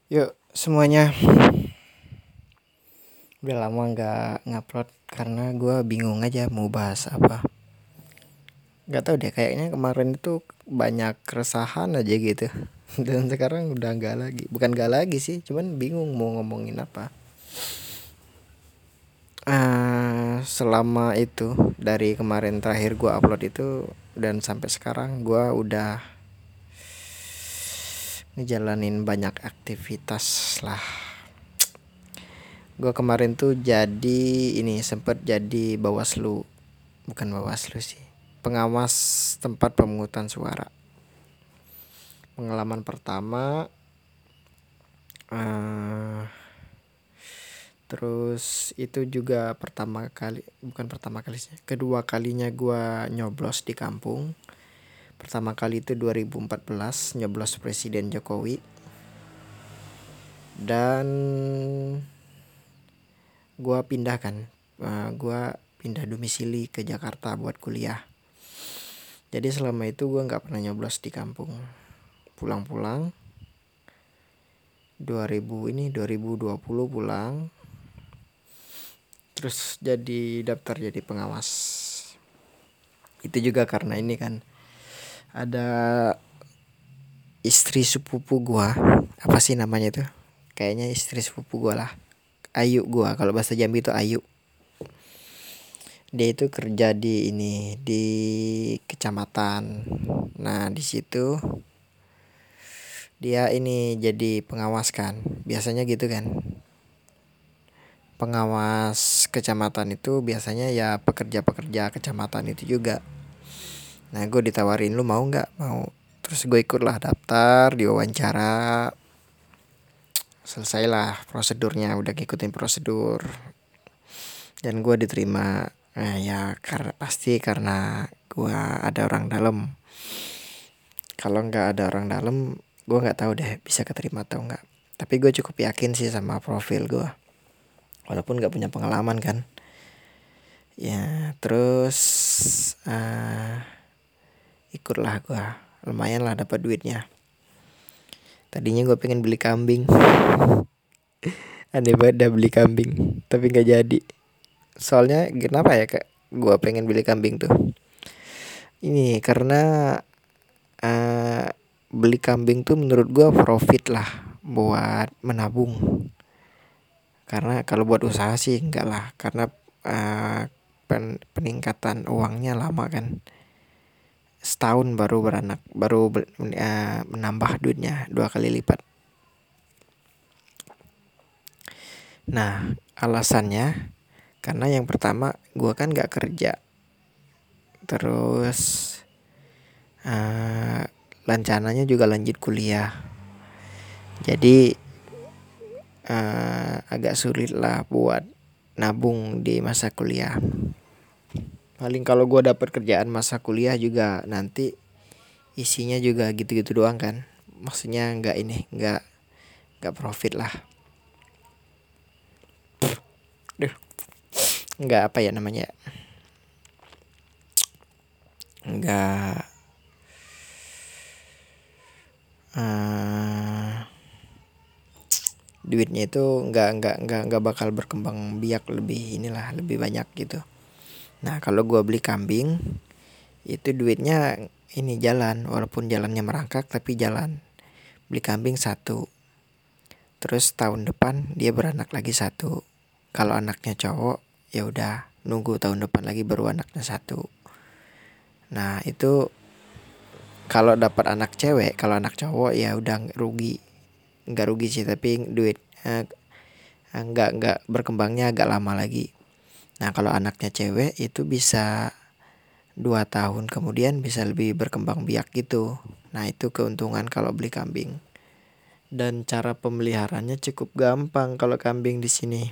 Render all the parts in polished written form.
Yuk semuanya, udah lama nggak ngupload karena gue bingung aja mau bahas apa. Gak tau deh, kayaknya kemarin itu banyak keresahan aja gitu. Dan sekarang udah nggak lagi, bukan nggak lagi sih, cuman bingung mau ngomongin apa. Selama itu dari kemarin terakhir gue upload itu dan sampai sekarang gue udah ngejalanin banyak aktivitas lah. Gue kemarin tuh jadi ini sempet jadi bawaslu, bukan bawaslu sih, pengawas tempat pemungutan suara. Pengalaman pertama, terus itu juga pertama kali, bukan pertama kali sih, kedua kalinya gue nyoblos di kampung. Pertama kali itu 2014 nyoblos Presiden Jokowi, dan gue pindah domisili ke Jakarta buat kuliah. Jadi selama itu gue nggak pernah nyoblos di kampung. Pulang-pulang 2020 pulang, terus jadi pengawas. Itu juga karena ini kan ada istri sepupu gue, apa sih namanya tuh, kayaknya istri sepupu gue lah, Ayu gue, kalau bahasa Jambi itu Ayu. Dia itu kerja di kecamatan. Nah di situ dia ini jadi pengawas kan, biasanya gitu kan. Pengawas kecamatan itu biasanya ya pekerja-pekerja kecamatan itu juga. Nah gue ditawarin, lu mau nggak? Mau. Terus gue ikutlah daftar, diwawancara, selesailah prosedurnya, udah ngikutin prosedur dan gue diterima. Nah ya pasti karena gue ada orang dalam. Kalau nggak ada orang dalam, gue nggak tahu deh bisa keterima atau nggak. Tapi gue cukup yakin sih sama profil gue, walaupun nggak punya pengalaman kan. Ya terus ikutlah gue, lumayan lah dapat duitnya. Tadinya gue pengen beli kambing, aneh banget dah beli kambing, tapi nggak jadi. Soalnya kenapa ya kak, gue pengen beli kambing tuh, ini karena beli kambing tuh menurut gue profit lah buat menabung. Karena kalau buat usaha sih enggak lah, karena peningkatan uangnya lama kan. Setahun baru beranak, menambah duitnya 2 kali lipat. Nah alasannya karena yang pertama gue kan nggak kerja, terus rencananya juga lanjut kuliah, jadi agak sulit lah buat nabung di masa kuliah. Paling kalau gue dapat kerjaan masa kuliah juga nanti isinya juga gitu-gitu doang kan, maksudnya nggak profit lah. Nggak apa ya namanya, nggak duitnya itu nggak bakal berkembang biak lebih lebih banyak gitu. Nah kalau gue beli kambing itu duitnya ini jalan, walaupun jalannya merangkak tapi jalan. Beli kambing satu, terus tahun depan dia beranak lagi satu. Kalau anaknya cowok ya udah nunggu tahun depan lagi baru anaknya satu. Nah itu kalau dapat anak cewek, kalau anak cowok ya udah nggak rugi sih, tapi duit nggak berkembangnya agak lama lagi. Nah kalau anaknya cewek itu bisa 2 tahun kemudian bisa lebih berkembang biak gitu. Nah itu keuntungan kalau beli kambing. Dan cara pemeliharaannya cukup gampang kalau kambing di sini.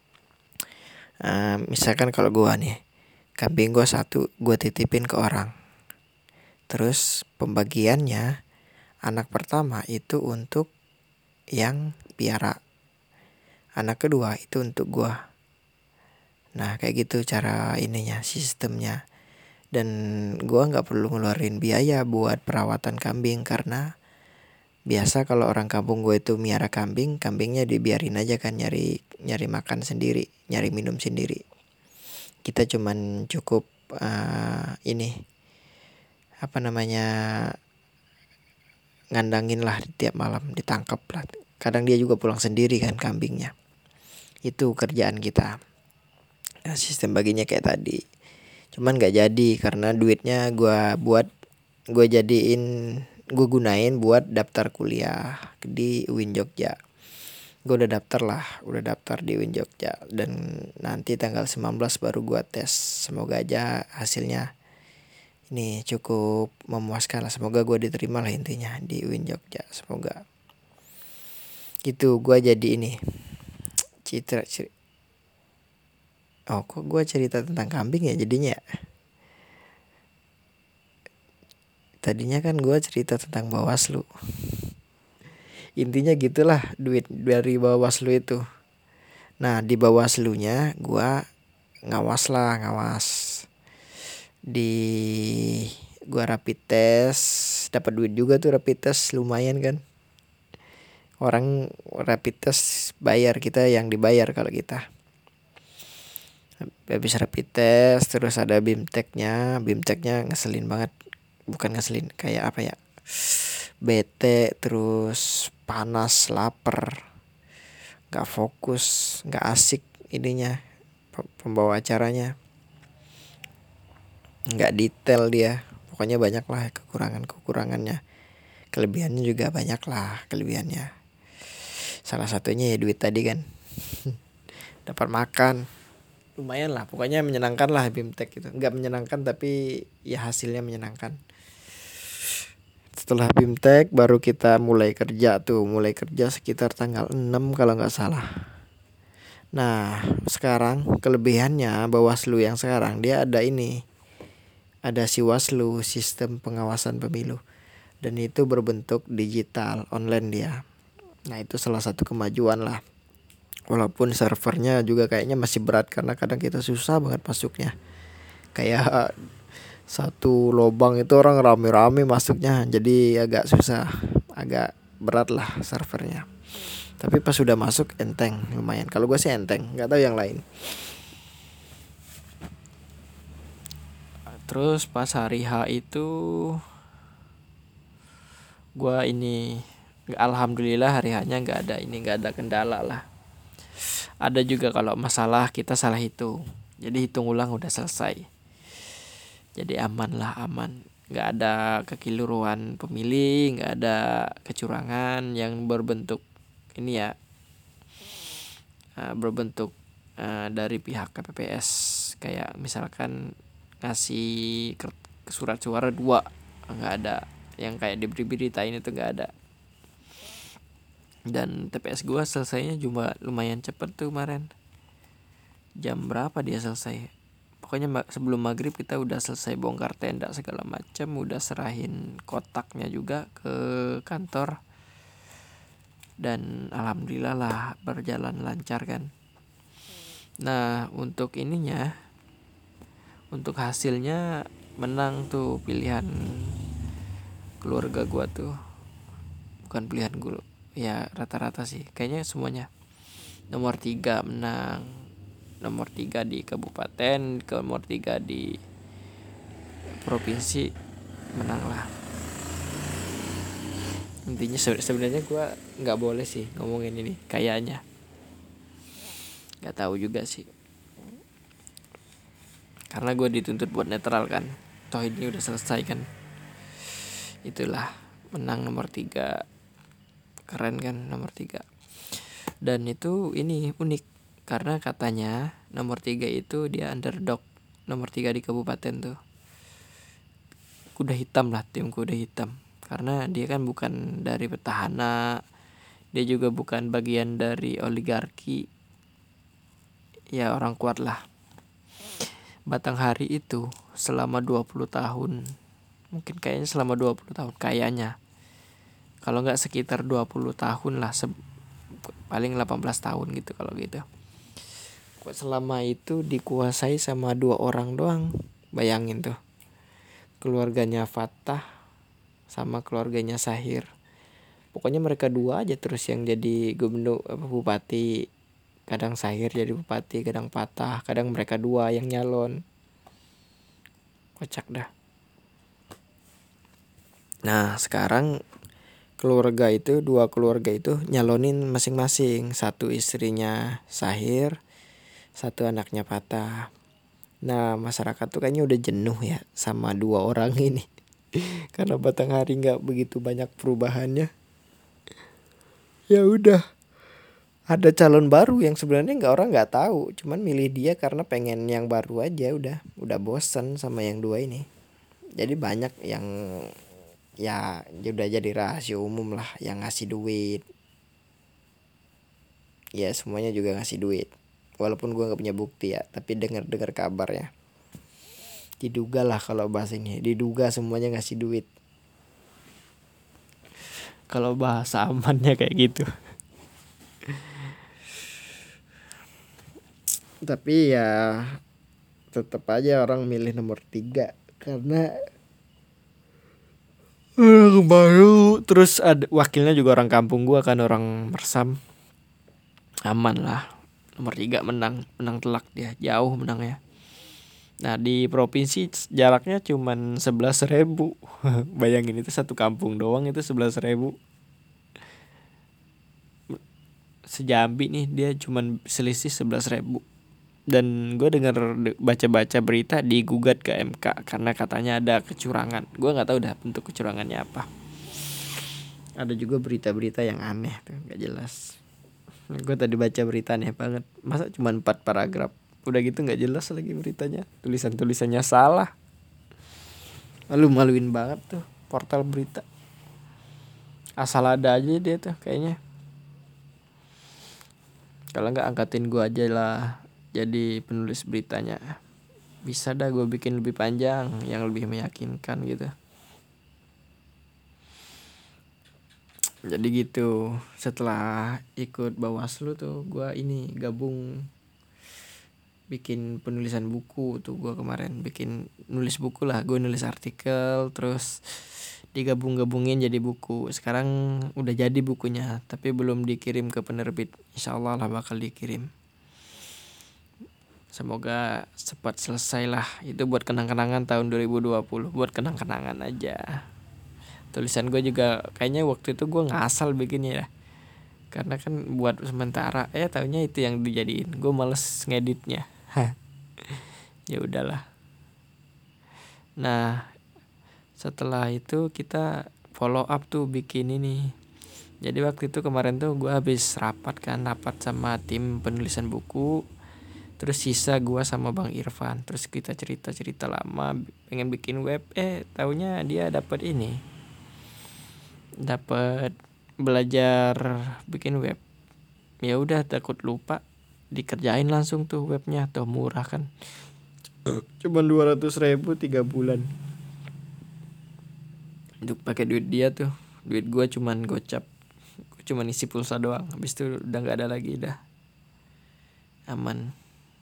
Misalkan kalau gua nih, kambing gua satu, gua titipin ke orang. Terus pembagiannya, anak pertama itu untuk yang piara, anak kedua itu untuk gua. Nah kayak gitu cara ininya, sistemnya. Dan gua nggak perlu ngeluarin biaya buat perawatan kambing karena Biasa kalau orang kampung gue itu miara kambing, kambingnya dibiarin aja kan nyari nyari makan sendiri, nyari minum sendiri. Kita cuman cukup ini apa namanya ngandangin lah tiap malam, ditangkap lah. Kadang dia juga pulang sendiri kan kambingnya. Itu kerjaan kita. Nah, sistem baginya kayak tadi. Cuman nggak jadi karena duitnya gue jadiin gue gunain buat daftar kuliah di UIN Jogja. Gue udah daftar di UIN Jogja dan nanti tanggal 19 baru gue tes. Semoga aja hasilnya ini cukup memuaskan lah. Semoga gue diterima lah intinya di UIN Jogja. Semoga. Gitu gue jadi ini citra. Oh kok gue cerita tentang kambing ya jadinya ya? Tadinya kan gue cerita tentang Bawaslu. Intinya gitulah duit dari Bawaslu itu. Nah di Bawaslunya gue ngawas di gue rapid test, dapat duit juga tuh rapid test, lumayan kan. Orang rapid test bayar, kita yang dibayar kalau kita. Habis rapid test terus ada BIMTEK-nya ngeselin banget. Bukan ngeselin, kayak apa ya, bete, terus panas, lapar, gak fokus, gak asik ininya, pembawa acaranya gak detail dia. Pokoknya banyak lah kekurangannya. Kelebihannya juga banyak lah kelebihannya. Salah satunya ya duit tadi kan. Dapat makan lumayan lah, pokoknya menyenangkan lah BIMTEK itu. Nggak menyenangkan tapi ya hasilnya menyenangkan. Setelah BIMTEK baru kita mulai kerja sekitar tanggal 6 kalau nggak salah. Nah sekarang kelebihannya Bawaslu yang sekarang dia ada ini, ada Siwaslu, sistem pengawasan pemilu, dan itu berbentuk digital online dia. Nah itu salah satu kemajuan lah. Walaupun servernya juga kayaknya masih berat karena kadang kita susah banget masuknya. Kayak satu lobang itu orang rame-rame masuknya, jadi agak susah, agak berat lah servernya. Tapi pas sudah masuk enteng, lumayan. Kalau gue sih enteng, nggak tahu yang lain. Terus pas hari H itu gue ini alhamdulillah hari H-nya nggak ada kendala lah. Ada juga kalau masalah kita salah hitung, jadi hitung ulang udah selesai. Jadi aman, nggak ada kekeliruan pemilih, nggak ada kecurangan yang berbentuk ini ya, berbentuk dari pihak KPPS, kayak misalkan ngasih surat suara 2, nggak ada. Yang kayak diberitain itu nggak ada. Dan TPS gua selesainya juga lumayan cepet tuh kemarin. Jam berapa dia selesai? Pokoknya sebelum maghrib kita udah selesai bongkar tenda segala macam, udah serahin kotaknya juga ke kantor. Dan alhamdulillah lah berjalan lancar kan. Nah untuk ininya, untuk hasilnya menang tuh pilihan keluarga gua tuh. Bukan pilihan gue, ya rata-rata sih kayaknya semuanya. Nomor 3 menang, nomor 3 di kabupaten, nomor 3 di provinsi menang lah. Intinya sebenarnya gue nggak boleh sih ngomongin ini kayaknya, nggak tahu juga sih, karena gue dituntut buat netral kan. Toh ini udah selesai kan. Itulah, menang nomor 3. Keren kan nomor 3. Dan itu ini unik karena katanya nomor 3 itu dia underdog. Nomor 3 di kabupaten tuh kuda hitam lah, tim kuda hitam. Karena dia kan bukan dari petahana, dia juga bukan bagian dari oligarki. Ya orang kuat lah. Batanghari itu selama 20 tahun, mungkin kayaknya selama 20 tahun kayaknya, kalau nggak sekitar 20 tahun lah, paling 18 tahun gitu kalau gitu. Selama itu dikuasai sama 2 orang doang. Bayangin tuh, keluarganya Fatah sama keluarganya Sahir. Pokoknya mereka dua aja terus yang jadi gubernur apa bupati. Kadang Sahir jadi bupati, kadang Patah, kadang mereka dua yang nyalon. Kocak dah. Nah sekarang dua keluarga itu nyalonin masing-masing. Satu istrinya Sahir, satu anaknya Patah. Nah masyarakat tuh kayaknya udah jenuh ya sama dua orang ini. Karena Batanghari nggak begitu banyak perubahannya. Ya udah, ada calon baru yang sebenarnya orang nggak tahu, cuman milih dia karena pengen yang baru aja. Udah bosen sama yang dua ini. Jadi banyak yang ya udah jadi rahasia umum lah yang ngasih duit. Ya semuanya juga ngasih duit. Walaupun gue nggak punya bukti ya, tapi dengar kabar ya. Diduga lah kalau bahasa ini, diduga semuanya ngasih duit. Kalau bahasa amannya kayak gitu. Tapi ya tetap aja orang milih nomor 3 karena orang baru, terus ada wakilnya juga orang kampung gua kan, orang Mersam. Aman lah. Nomor 3 menang telak dia, jauh menangnya. Nah di provinsi jaraknya cuman 11.000. Bayangin itu satu kampung doang itu 11.000. Sejambi nih dia cuman selisih 11.000. Dan gue dengar baca-baca berita digugat ke MK karena katanya ada kecurangan. Gue nggak tahu dah bentuk kecurangannya apa. Ada juga berita-berita yang aneh tuh, nggak jelas. Gue tadi baca berita aneh banget. Masa cuma 4 paragraf, udah gitu nggak jelas lagi beritanya. Tulisannya salah. Maluin banget tuh portal berita. Asal ada aja dia tuh kayaknya. Kalau nggak angkatin gue aja lah jadi penulis beritanya. Bisa dah gue bikin lebih panjang yang lebih meyakinkan gitu. Jadi gitu, setelah ikut Bawaslu tuh gue ini gabung bikin penulisan buku tuh. Gue kemarin bikin nulis buku lah, gue nulis artikel terus digabungin jadi buku. Sekarang udah jadi bukunya tapi belum dikirim ke penerbit. Insyaallah lah bakal dikirim. Semoga cepat selesai lah. Itu buat kenang-kenangan tahun 2020. Buat kenang-kenangan aja. Tulisan gue juga kayaknya waktu itu gue ngasal bikinnya ya. Karena kan buat sementara. Taunya itu yang dijadiin. Gue males ngeditnya. Ya udahlah. Nah setelah itu kita follow up tuh bikin ini. Jadi waktu itu kemarin tuh gue habis rapat sama tim penulisan buku. Terus sisa gue sama Bang Irfan. Terus kita cerita lama pengen bikin web. Taunya dia dapat ini. Dapat belajar bikin web. Ya udah takut lupa, dikerjain langsung tuh webnya. Tuh murah kan. Cuman 200.000 3 bulan. Untuk pakai duit dia tuh. Duit gue cuman gocap. Cuman isi pulsa doang. Habis itu udah gak ada lagi dah. Aman.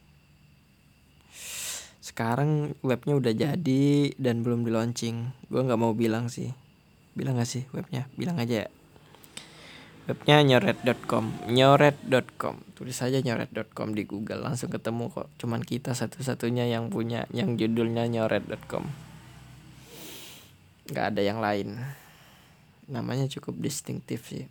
Sekarang webnya udah jadi dan belum di launching. Gue gak mau bilang sih. Bilang gak sih webnya? Bilang aja ya. Webnya nyoret.com. Tulis aja nyoret.com di Google. Langsung ketemu kok. Cuman kita satu-satunya yang punya. Yang judulnya nyoret.com. Gak ada yang lain. Namanya cukup distinktif sih.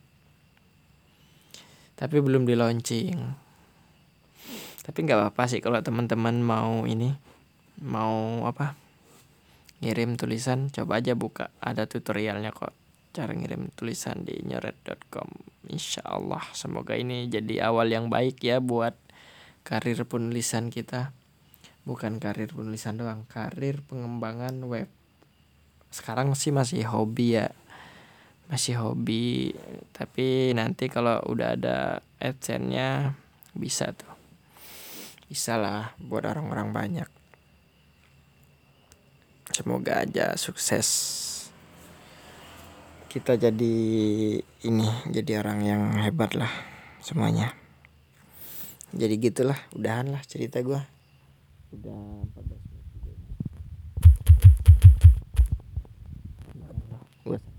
Tapi belum di launching. Tapi gak apa-apa sih kalau teman-teman mau ini. Mau apa? Ngirim tulisan, coba aja buka. Ada tutorialnya kok. Cara ngirim tulisan di nyoret.com. Insyaallah semoga ini jadi awal yang baik ya buat karir penulisan kita. Bukan karir penulisan doang, karir pengembangan web. Sekarang sih masih hobi ya. Masih hobi, tapi nanti kalau udah ada AdSense-nya bisa tuh. Bisa lah buat orang-orang banyak. Semoga aja sukses. Kita jadi orang yang hebat lah semuanya. Jadi gitulah, udahan lah cerita gue. Udah 14 menit.